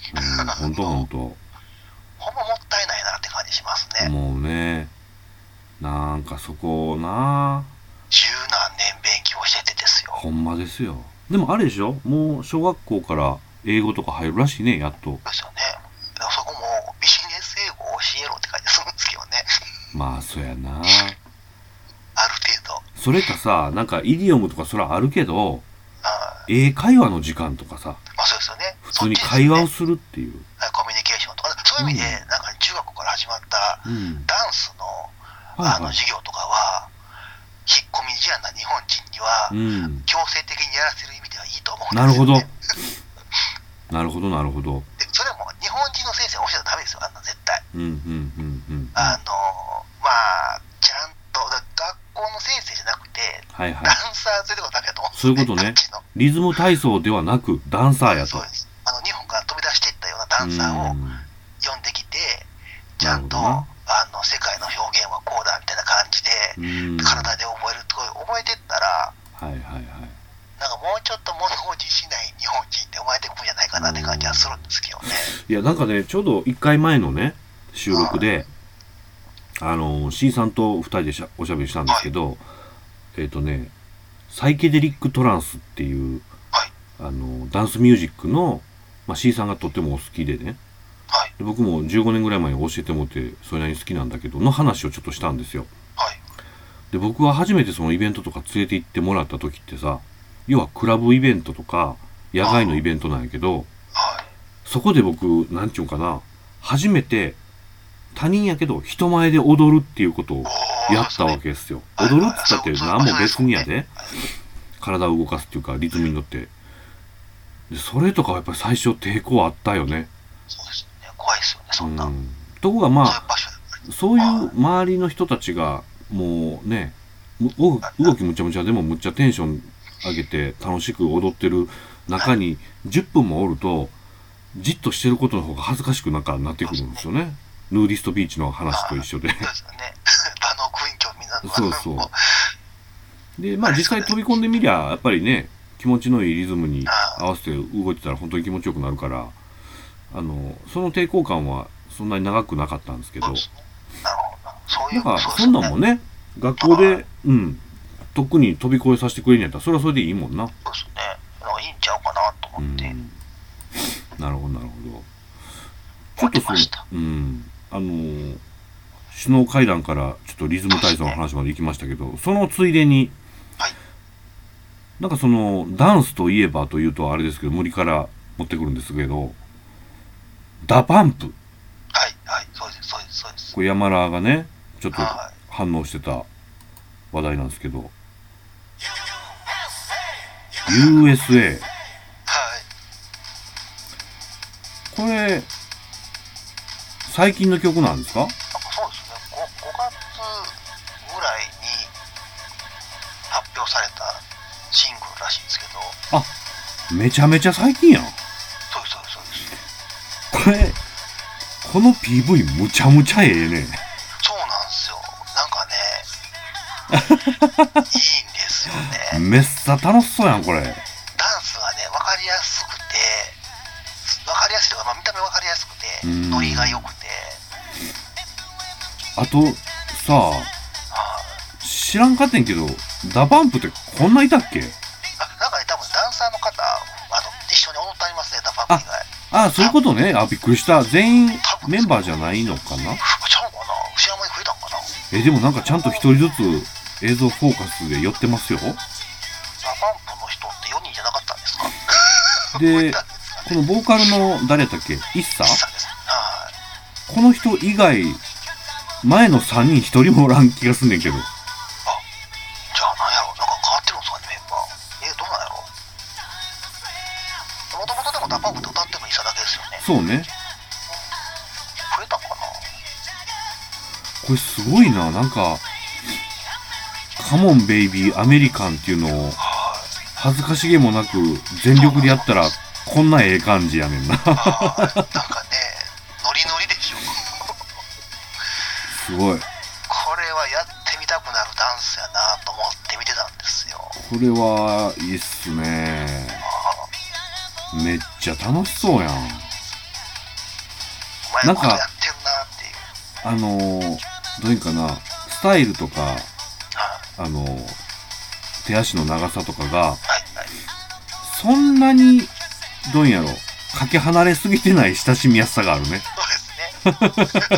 うん、ほんとほんと。 ほんまもったいないなって感じしますね。 もうね、なんかそこな、 十何年勉強しててですよ。 ほんまですよ。でもあれでしょ、もう小学校から英語とか入るらしいね、やっと。 ですよね。そこもビジネス英語を教えろって感じするんですけどね。 まあそやな。ある程度。 それかさ、なんかイディオムとかそらあるけど、英会話の時間とかさ、 まあそうですよね。 普通に会話をするっていう。 コミュニケーションとか、そういう意味で、うん、なんか中学校から始まったダンスの、うん、あの授業とかは、引っ込み思案な日本人には、うん、強制的にやらせる意味ではいいと思うんですよね。 なるほど。なるほど、なるほど。 でそれも日本人の先生が教えたらダメですよ、あんな絶対。 うんうんうんうん。 あの、まあ、ちゃんと、学校の先生じゃなくて、はいはい、ダンサー連れてこダメだと思うんですよ、ね。 そういうことね。リズム体操ではなく、ダンサーやと。 そうです。あの、日本から飛び出していったようなダンサーを呼んできて、ちゃんと、あの、世界の表現はこうだみたいな感じで、体で覚えるとこ覚えてったら、はいはいはい。なんかもうちょっと物おじしない日本人って生まれてくるんじゃないかなって感じはするんですけどね。 いや、なんかね、ちょうどいっかいまえのね、収録で、うん、あの、C さんとふたりでしゃおしゃべりしたんですけど、はい、えっとね、サイケデリックトランスっていう、はい、あのダンスミュージックの、まあ、C さんがとってもお好きでね、はい、で僕もじゅうごねんぐらい前に教えてもらってそれなりに好きなんだけどの話をちょっとしたんですよ。はい、で僕は初めてそのイベントとか連れて行ってもらった時ってさ、要はクラブイベントとか野外のイベントなんやけど、はい、そこで僕なんちゅうんかな、初めて他人やけど人前で踊るっていうことをやったわけですよ。踊るって言ったって何も別にやで、体を動かすっていうかリズムに乗って、でそれとかはやっぱり最初抵抗あったよね。 そうですね、怖いですよね、そんな、うん、 とこがまあそういう周りの人たちがもうね、動きむちゃむちゃでもむっちゃテンション上げて楽しく踊ってる中にじゅっぷんもおるとじっとしてることの方が恥ずかしくなんかなってくるんですよね。ヌーディストビーチの話と一緒で。そうですよね。 場の雰囲気を見ながら。 そうそう。で、まあ実際飛び込んでみりゃ、やっぱりね、気持ちのいいリズムに合わせて動いてたら本当に気持ちよくなるから、あの、その抵抗感はそんなに長くなかったんですけど。なるほど。そういう。 だから、そんなんもね、学校で、うん、特に飛び越えさせてくれるんやったら、それはそれでいいもんな。 そうですね。いいんちゃうかなと思って。うん、 なるほど、なるほど。ちょっとそう、うん。あのー、首脳会談からちょっとリズム体操の話まで行きましたけど、そのついでに、はい、なんかそのダンスといえばというとあれですけど無理から持ってくるんですけど、ダパンプ、 はいはい、そうですそうですそうです。 これ山田がねちょっと反応してた話題なんですけど、ユーエスエー、はい、これ最近の曲なんですか？ そうですね。ごがつぐらいに発表されたシングルらしいんですけど。 あ、めちゃめちゃ最近やん。 そうですそうですそうです。 これこの ピーブイ むちゃむちゃええね。 そうなんですよ。なんかねいいんですよね。 めっさ楽しそうやんこれ。ダンスがね分かりやすくて、分かりやすいとか、まあ、見た目分かりやすくてノリが良くて。 あとさあ、知らんかってんけどダパンプってこんないたっけ？ あ、なんかね多分ダンサーの方あの一緒に踊ってありますね、ダパンプ以外。 ああ、そういうことね。あ、びっくりした。全員メンバーじゃないのかな？ちゃうかな、 知らん間に増えたんかな。 え、でもなんかちゃんと一人ずつ映像フォーカスで寄ってますよ。ダパンプの人ってよにんじゃなかったんですか？ でこのボーカルの誰やったっけ？イッサ？ イッサです。はい。 この人以外前のさんにんひとりもおらん気がすんねんけど。あ、じゃあなんやろ、なんか変わってるんですかね、メンバー。え、どうなんやろ。もともとでもダパンプって歌ってるのイッサだけですよね。 そうね。 増えたんかな。 これすごいな、なんかカモンベイビーアメリカンっていうのを恥ずかしげもなく全力でやったらこんなええ感じやねんな。なんかね、 ノリノリでしょ。 すごい。これはやってみたくなるダンスやなと思って見てたんですよ。 これはいいっすね。めっちゃ楽しそうやん。 なんかあのー、どういうかな、スタイルとか、あのー、手足の長さとかが、はいはい、そんなにどうやろう、かけ離れすぎてない親しみやすさがあるね。 そうですね。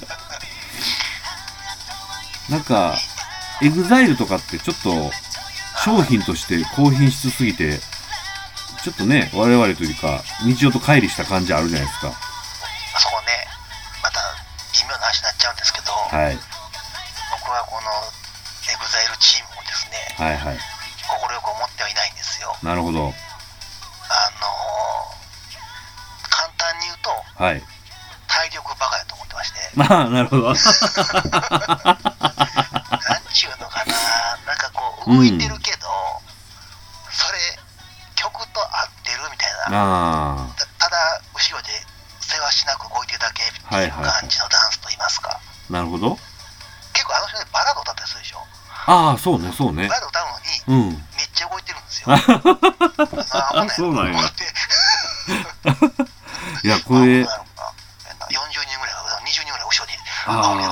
なんかエグザイルとかってちょっと商品として高品質すぎて、ちょっとね、我々というか日常と乖離した感じあるじゃないですか。 あそこね、また微妙な話になっちゃうんですけど、 はい、 僕はこのエグザイルチームをですね、 はいはい、 快く思ってはいないんですよ。 なるほど。あのー、 簡単に言うと、 はい、 体力バカやと思ってまして。 まあ、なるほど。なんちゅうのかな、なんかこう動いてるけど、うん、それ曲と合ってるみたいな、 あ、 ただ後ろで世話しなく動いてるだけっていう感じのダンスといいますか、はいはいはい、なるほど。 結構あの人でバラード歌ったりするでしょ。 ああ、そうねそうね。 バラード歌うのに、うん、めっちゃ動いてるんですよ。 ああ、そうなんや。いや、これよんじゅうにんぐらい、 にじゅうにんぐらい後ろにああ、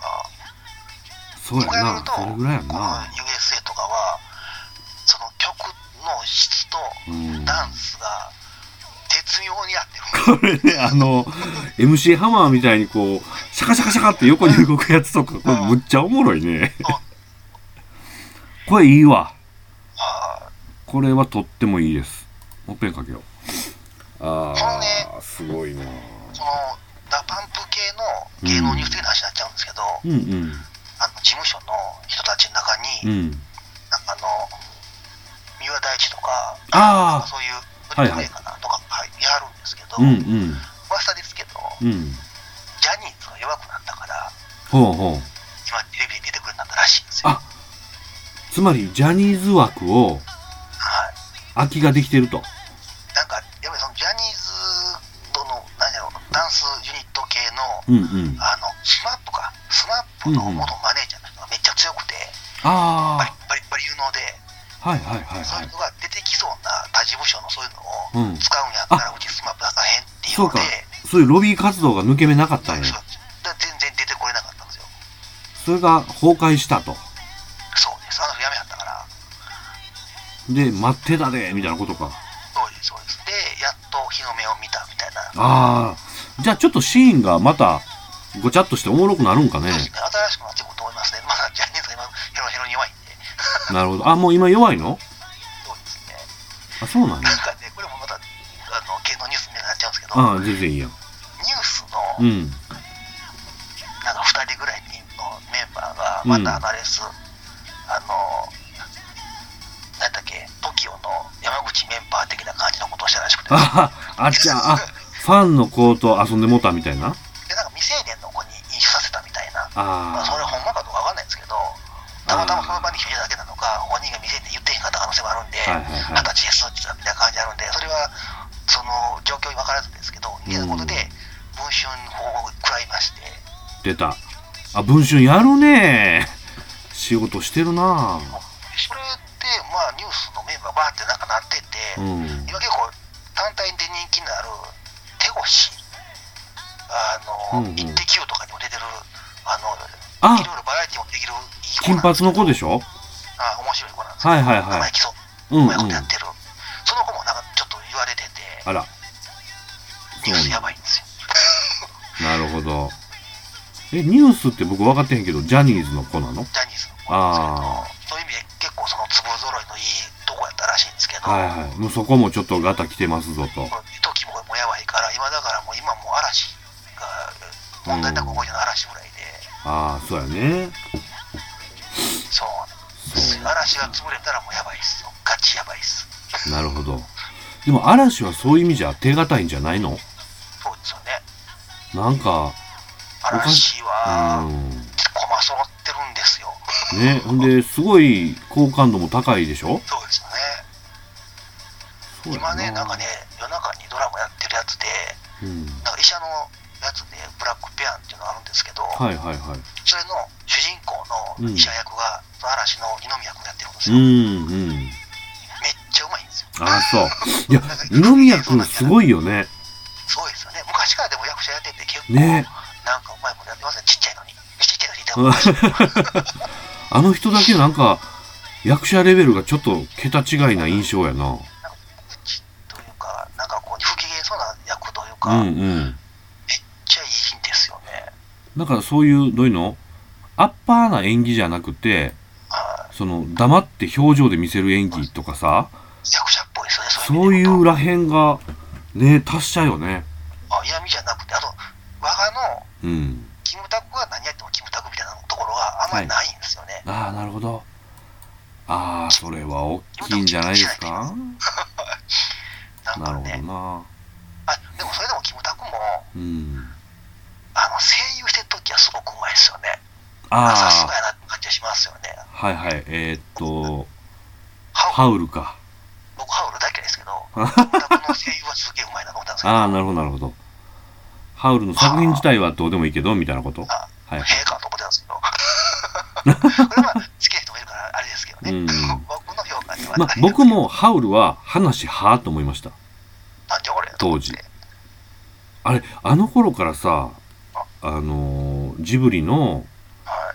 そうやな、それぐらいやな。 ユーエスエー とかはその曲の質とダンスが絶妙に合ってる。 これね、あの エムシー ハマーみたいにこうシャカシャカシャカって横に動くやつとか、これむっちゃおもろいね。これいいわ。これはとってもいいです。もっぺんかけよう。ああ、ね、すごいな。 そのダパンプ系の芸能ニュース的な話になっちゃうんですけど、 うんうん、 あの事務所の人たちの中に、うん、なんかあの三浦大知とか、 あそういうプレイかなとか、はいはい、やるんですけど、 うんうん、 噂ですけど、うん、ジャニーズが弱くなったから、 ほうほう、 今テレビで出てくるようになったらしいんですよ。 あ、つまりジャニーズ枠を、はい、空きができてると。 なんかやっぱりそのジャニーズの何だろう、ダンスユニット系の、 うんうん、 あのスマップかスマップの元マネージャーの人がめっちゃ強くて、 あバリバリバリ有能で、 はいはいはいはい、 そういうのが出てきそうな他事務所のそういうのを使うんやったら、うん、うちスマップ出さへんっていうので、 そういうロビー活動が抜け目なかったんや。 そうそう、全然出てこれなかったんですよ。 それが崩壊したと。 そうです、あの人辞めはったから。 で、待ってたでみたいなことか。 そうですそうです。で、やっと日の目を見たみたいな。 ああ、じゃあちょっとシーンがまたごちゃっとしておもろくなるんかね。 そうですね、新しくなっていくと思いますね。まだジャニーズが今ヘロヘロに弱いんで。 なるほど。あ、もう今弱いの？ そうですね。 あ、そうなんや。 なんかね、これもまたあの芸能ニュースみたいになっちゃうんですけど、 ああ、全然いいや。 ニュースの、うん、なんかふたりぐらいのメンバーがまたアナレス、うん、あの何だっけ、トキオの山口メンバー的な感じのことをしたらしくて、 ああ、あっちゃあ、ファンの子と遊んでもたみたいな。 で、なんか未成年の子に飲酒させたみたいな。 あ、 まあ、それはほんまかどうかわかんないんですけど、たまたまその場に来てただけなのか、本人が未成年言ってへんかった可能性もあるんで、二十歳ですって言ったみたいな感じあるんで、それはその状況に分からずですけど、みたいなことで文春法を食らいまして。 出た。あ、文春やるね。仕事してるな。 それでまあニュースのメンバーバーってなんかなってて、うん、今結構単体で人気のある手越、あの、うんうん、イッテ Q とかにも出てる、あの、いろいろバラエティもできるいい子なんですけど、 金髪の子でしょ。 あ、面白い子なんですけど、 はいはいはい、 名前基礎、うまいことやってる、うんうん、その子もなんかちょっと言われてて、 あら、 ニュースやばいんですよ。 なるほど。え、ニュースって僕分かってへんけど、ジャニーズの子なの？ ジャニーズの子なんですけど、そういう意味で結構その粒揃いのいいとこやったらしいんですけど、 はいはい、もうそこもちょっとガタ来てますぞと。 時ももやばいから、今だからもう今もう嵐が問題なく動いてる嵐ぐらいで、 うん、ああ、そうやね。 そうそう、嵐が潰れたらもうやばいっすよ、ガチやばいっす。 なるほど。でも嵐はそういう意味じゃ手堅いんじゃないの？ そうですよね。 なんか嵐は駒揃ってるんですよ。 ね、ほんですごい好感度も高いでしょ。 そうですよね。今ね、なんかね、夜中にドラマやってるやつで、うん、なんか医者のやつでブラックペアンっていうのがあるんですけど、 はいはいはい、 それの主人公の医者役が、うん、嵐の二宮君やってるんですよ。 うんうん、めっちゃうまいんですよ。 ああ、そう。いや、二宮君すごいよね。 そうですよね。昔かサーでも役者やってて結構、ね、なんかうまいことやってますね。ちっちゃいのに。ちっちゃいのに言ってあの人だけなんか役者レベルがちょっと桁違いな印象やな。なんかというか、なんかこう不機嫌そうな役というか、 うんうん、 めっちゃいいんですよね。 なんかそういうどういうのアッパーな演技じゃなくて、その黙って表情で見せる演技とかさ、 役者っぽいですよね。 そういうらへんがね達者よね。 あ、嫌味じゃなくて、あと我がの、 うん、 キムタクが何やってもキムタクみたいなところがあんまりないんですよね。 はい、ああなるほど。ああそれは大きいんじゃないですか。なんかね、なるほどな。 あ、でもそれでもキムタクも、 うん、 あの声優してる時はすごくうまいですよね。 ああさすがやなって感じがしますよね。 はいはい。えー、っとハウルか。 僕ハウルだけですけど、キムタクの声優はすげえうまいなと思ったんですけど。 ああなるほどなるほど。ハウルの作品自体はどうでもいいけどみたいなこと。 あ、はい、へえかと思ってたんですけど。これは好きな人もいるからあれですけどね。うん、僕の評価ではない。 まあ僕もハウルは話はあと思いました。 なんで俺当時。あれあの頃からさ、あのー、ジブリの、はい、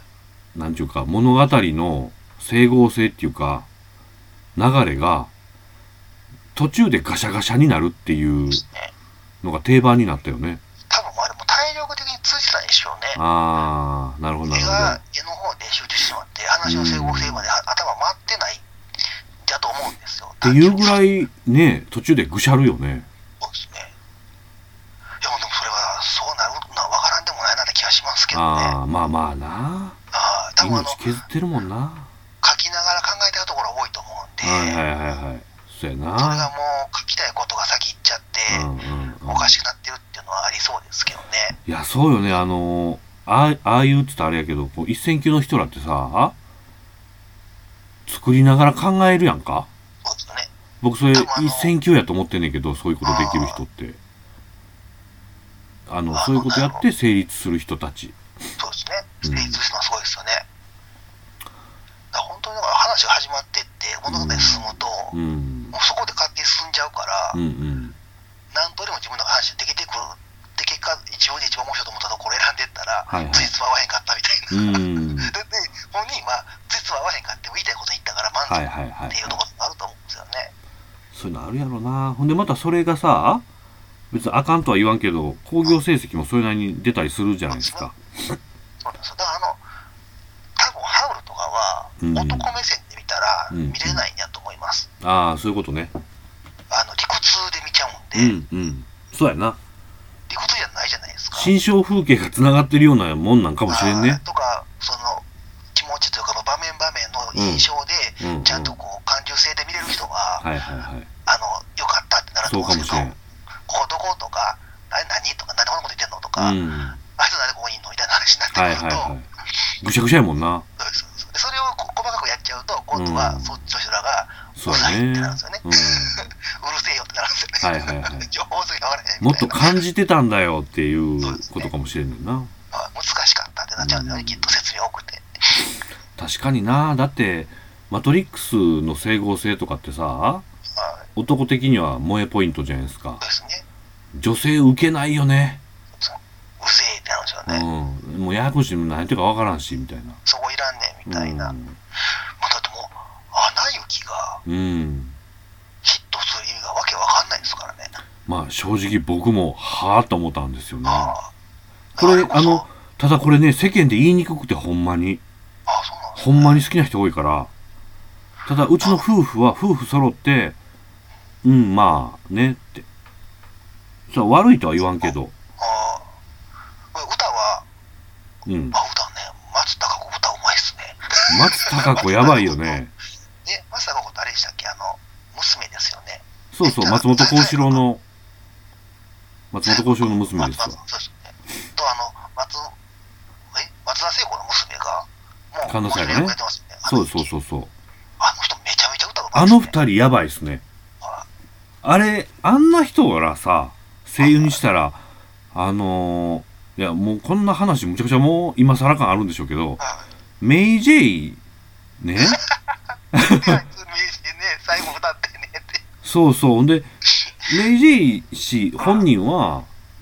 なんていうか物語の整合性っていうか流れが途中でガシャガシャになるっていうのが定番になったよね。 多分あれも体力的に通じたんでしょうね。 ああなるほどなるほど。 絵が絵の方で集中してしまって話の整合性まで頭回ってないだと思うんですよ。 っていうぐらいね途中でぐしゃるよね。 そうですね。いやでもそれはそうなるのは分からんでもないなって気がしますけどね。 ああまあまあな。 あ多分あの命削ってるもんな。 書きながら考えてるところ多いと思うんで。 はいはいはいはい。そうやな。 それがもう書きたいことが先行っちゃって、うんうんうん、おかしくなってるっていうのはありそうですけどね。 いやそうよね。あのあああいうって言ったらあれやけど、こう一線級の人らってさ作りながら考えるやんか。 そうですね。 僕それ一線級やと思ってんねんけど、そういうことできる人ってあのそういうことやって成立する人たち。 そうですね。成立するのはそうですよね。だから本当にだから話が始まってって物語進むと、うん、もうそこで勝手に進んじゃうから、うんうん、何とでも自分の話できてくるって結果自分で一番面白いと思ったところを選んでったら、はいはい、ついつま合わへんかったみたいな、うん、で本人はついつま合わへんかって言いたいこと言ったから満足っていうところがあると思うんですよね。 そういうのあるやろな。ほんでまたそれがさ別にあかんとは言わんけど興行成績もそれなりに出たりするじゃないですか。 そうなんですよ。だからあの多分ハウルとかは男目線で見たら見れないんやと思います、 うんうん、ああそういうことね。 あの理屈で見ちゃうんで、うんうん、そうやな。 理屈じゃないじゃないですか。 心象風景がつながってるようなもんなんかもしれんね。 とかその気持ちというか場面場面の印象で、うん、ちゃんとこう感受性で見れる人が、はいはいはい、あのよかったってなると思うんですけど、ここどことかあれ何とか何でこんなこと言ってんのとか、うん、あいつ何でここにいんのみたいな話になってくると、はいはいはい、 ぐしゃぐしゃやもんな。 そうですそうです。それを細かくやっちゃうと今度はそっちの人らがうるさいってなるんですよね。う, ね、うん、うるせえよってなるんですよね。はいはいはい、情報すぎて分からへんみたいな。 もっと感じてたんだよっていうことかもしれんねんな。 まあ、難しかったってなっちゃうんだよね、うん、きっと説明多くて。 確かにな。だってマトリックスの整合性とかってさ、はい、男的には萌えポイントじゃないですか。 ですね。 女性受けないよね。 うぜえってなるんですよね。 うん、もうややこしいの何言ってるか分からんしみたいな。 そこいらんねんみたいな。うん、もうだってもうアナ雪がヒットする意味がわけわかんないですからね。 まあ正直僕もはぁと思ったんですよね。あこれあのただこれね世間で言いにくくてほんまに。 あそうなんですね。 ほんまに好きな人多いから。ただうちの夫婦は夫婦揃ってうんまあねって。そう悪いとは言わんけど。 ああ歌は、 うん、 あ歌ね松たか子歌うまいっすね。 松たか子やばいよね。 え松たか子ってあれでしたっけ、あの娘ですよね。 そうそう松本幸四郎の松本幸四郎の娘ですわ。 そうですね。とあの松え松田聖子の娘がもう神田さんがね。ねそうそうそうそう。 あの人めちゃめちゃ歌うまいっすね。あの二人やばいっすね。あれあんな人らさ声優にしたらあのー、いやもうこんな話むちゃくちゃもう今更感あるんでしょうけど、メイジェイねメイジェイね最後歌ってねって。 そうそう。んでメイジェイ氏本人は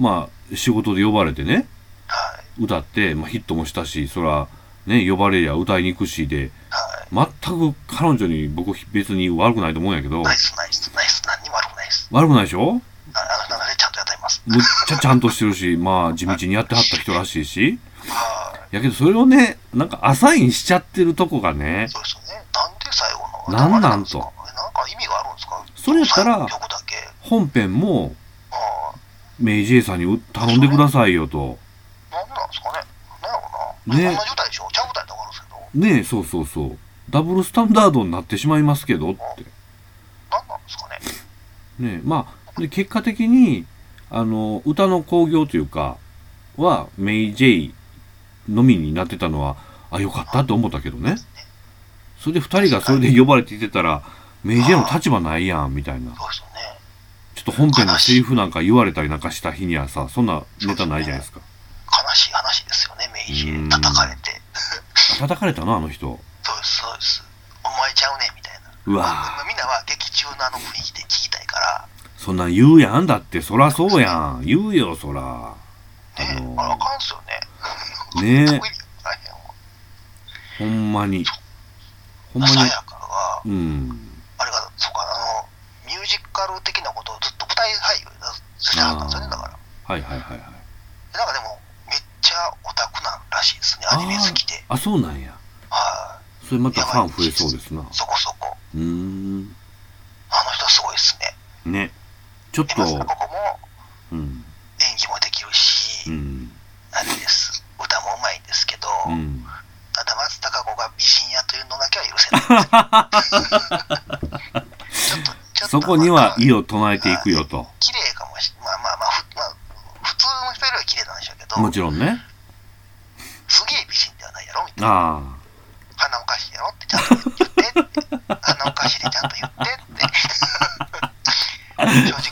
まあ仕事で呼ばれてね、 はい、 歌って、まあ、ヒットもしたし、そらね呼ばれりゃ歌いに行くしで、はい、全く彼女に僕別に悪くないと思うんやけど。 ナイスナイスナイス、何にも悪くないです。 悪くないでしょ。 ああの人ちゃんとやってます。 むっちゃちゃんとしてるし、まあ地道にやってはった人らしいし。やけどそれをね、なんかアサインしちゃってるとこがね。 そうですよね。なんで最後の。 なんなんと。 なんか意味があるんですか。 それやったら本編もメイジェイさんに頼んでくださいよと。 なんなんですかね。なんやろうな。ね。同じ歌でしょ。ちゃう歌やったら分かるんですけど。ねえ、そうそうそう。ダブルスタンダードになってしまいますけどって。 なんなんですかね。 ねえ、まあで結果的にあの歌の興行というかはメイジェイのみになってたのはあよかったと思ったけどね。それでふたりがそれで呼ばれていてたらメイジェイの立場ないやんみたいな。 そうですよね。 ちょっと本編のセリフなんか言われたりなんかした日にはさ、そんなネタないじゃないですか。 悲しい話ですよね、メイジェイ叩かれて。 叩かれたのあの人。 そうですそうです。お前ちゃうねみたいな。 うわみんなは劇中のあの雰囲気で聞きたいから。 そんなん言うやんだって、そらそうやん。言うよそら。 ねえ、あのあかんすよね。 ねえ。ほんまに。 ほんまに。さやかが、 うん。 あれが、そうか、あの、ミュージカル的なことをずっと舞台俳優してはったんですよね、だから。 はいはいはいはい。 なんかでも、めっちゃオタクなんらしいですね、アニメ好きで。 あ、そうなんや。 はい。 それまたファン増えそうですな。 そこそこ。 うーん。 あの人すごいですね。ね。ちょっと。 ここも、 うん、 演技もできるし、 うん、 あれです。歌もうまいんですけど、うん、ただ松たか子が美人やというのだけは許せない。ちょっとちょっとそこには異を唱えていくよと。 綺麗かもしれない。まあまあまあ、まあ、普通の人よりは綺麗なんでしょうけど。 もちろんね。 すげえ美人ではないやろみたいな。 ああ。 鼻おかしいやろってちゃんと言ってって。鼻おかしいでちゃんと言ってって。正直に言ってって。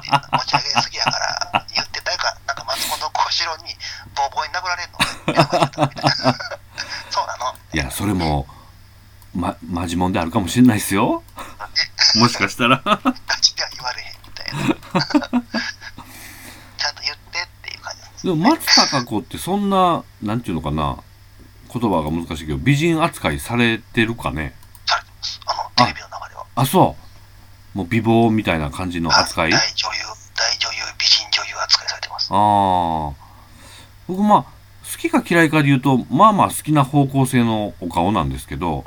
持ち上げすぎやから言ってたか、なんか松本幸四郎にボーボーに殴られるのみたいな。そうなの。 いや、それも、ま、マジモンであるかもしれないですよ。もしかしたら。 ガチでは言われへんみたいな。ちゃんと言ってっていう感じなんです、ね。 でも松たか子ってそんな、なんていうのかな、言葉が難しいけど、美人扱いされてるかね。 されてます。あの、テレビの中では。 あ、そう。もう美貌みたいな感じの扱い。 大女優、大女優、美人女優扱いされてます。 ああ。僕まあ、好きか嫌いかで言うと、まあまあ好きな方向性のお顔なんですけど、 はい、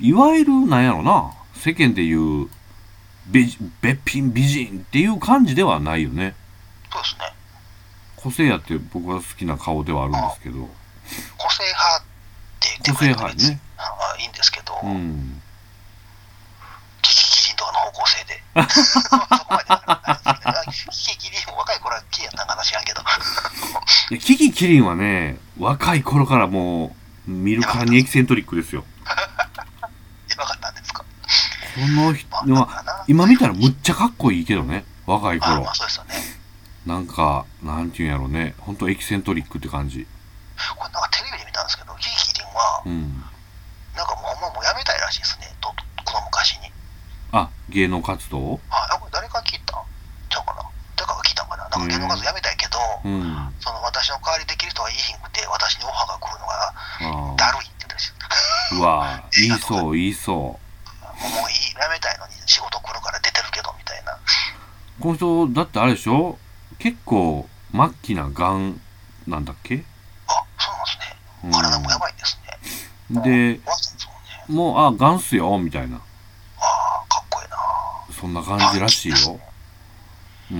いわゆるなんやろな、世間でいう美べっぴん美人っていう感じではないよね。 そうですね。 個性やって僕は好きな顔ではあるんですけど。 個性派って言って個性派ね。 あいいんですけど、 うん。 キキキリンとかの方向性で。そこまでキキキリンも若い頃はキリンやったんかな知らんけど。 キキキリンはね、若い頃からもう見るからにエキセントリックですよ。 やばかったんですか。 この人は今見たらむっちゃかっこいいけどね、若い頃。 あ、まあそうですよね。 なんかなんていうんやろうね、本当エキセントリックって感じ。 これなんかテレビで見たんですけど、キキキリンは、うん、なんかもうほんまもうやめたいらしいですね。とこの昔に。 あ、芸能活動？ あ、これ誰か聞いたんちゃうかな。誰かが聞いたんかな。なんか芸能活動やめたいけど、うん、その私の代わりできる人はいいひんくて、私にオファーが来るのがだるいって言ってるし。 うわぁ、言いそう言いそう。もういい、やめたいのに仕事来るから出てるけどみたいな。 この人だってあれでしょ？結構末期ながんなんだっけ？ あ、そうなんですね。体もやばいんですね。 うん、で、もうあがんっすよみたいな。 あ、かっこいいな。 そんな感じらしいよ。うん、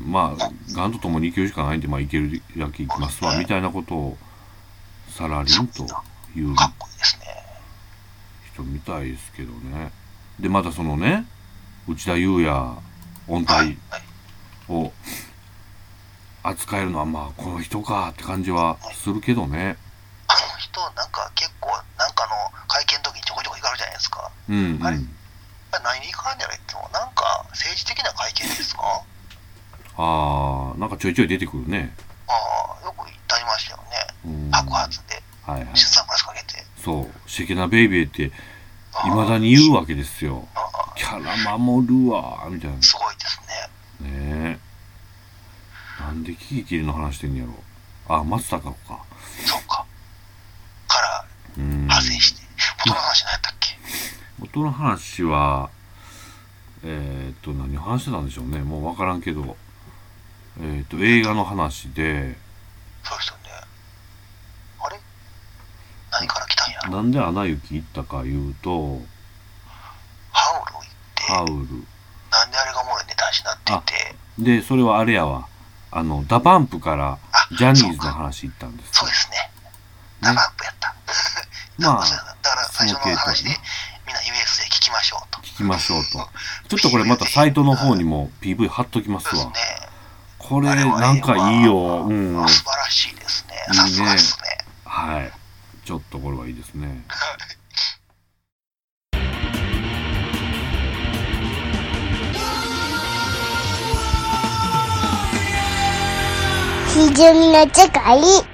まあがんとともに生きるしかないんで、まあ生きるだけ生きますわみたいなことをさらりんと言う人みたいですけどね。でまたそのね、内田裕也音体を扱えるのはまあこの人かって感じはするけどね。 あの人なんか結構なんかの会見の時にちょこちょこ行かれるじゃないですか。 うんうん。 あれ何に行かんねやろいつも。なんか政治的な会見ですか？ ああ、なんかちょいちょい出てくるね。 ああ、よく言ってありましたよね。白髪で、 はいはい、 出産ブラシかけて。 そう、シェケナベイベーっていまだに言うわけですよ。キャラ守るわみたいな。 すごいですね。 ねえ。なんなんでキキキリの話してんやろ。あ、松たか子か。 そうか。から派生して。元の話何やったっけ？ 元の話は、えー、っと、何話してたんでしょうね。もうわからんけど、えー、っと、映画の話で、 そうですよね。あれ？何から来たんやろ？ なんでアナ雪行ったか言うと、 ハウル行って、 ハウル。 なんであれがおもろいネタになってて。 で、それはあれやわ。あの、ダパンプからジャニーズの話行ったんです。 そうですね。ダパンプやった。まあ、だから最初の話で、みんな ユーエス で聞きましょうと。 聞きましょうと。ちょっとこれまたサイトの方にも ピーブイ 貼っときますわ。そうですね。これなんかいいよ。うん。 素晴らしいですね。さすがですね。 はい。ちょっとこれはいいですね。 ひじゅみの世界。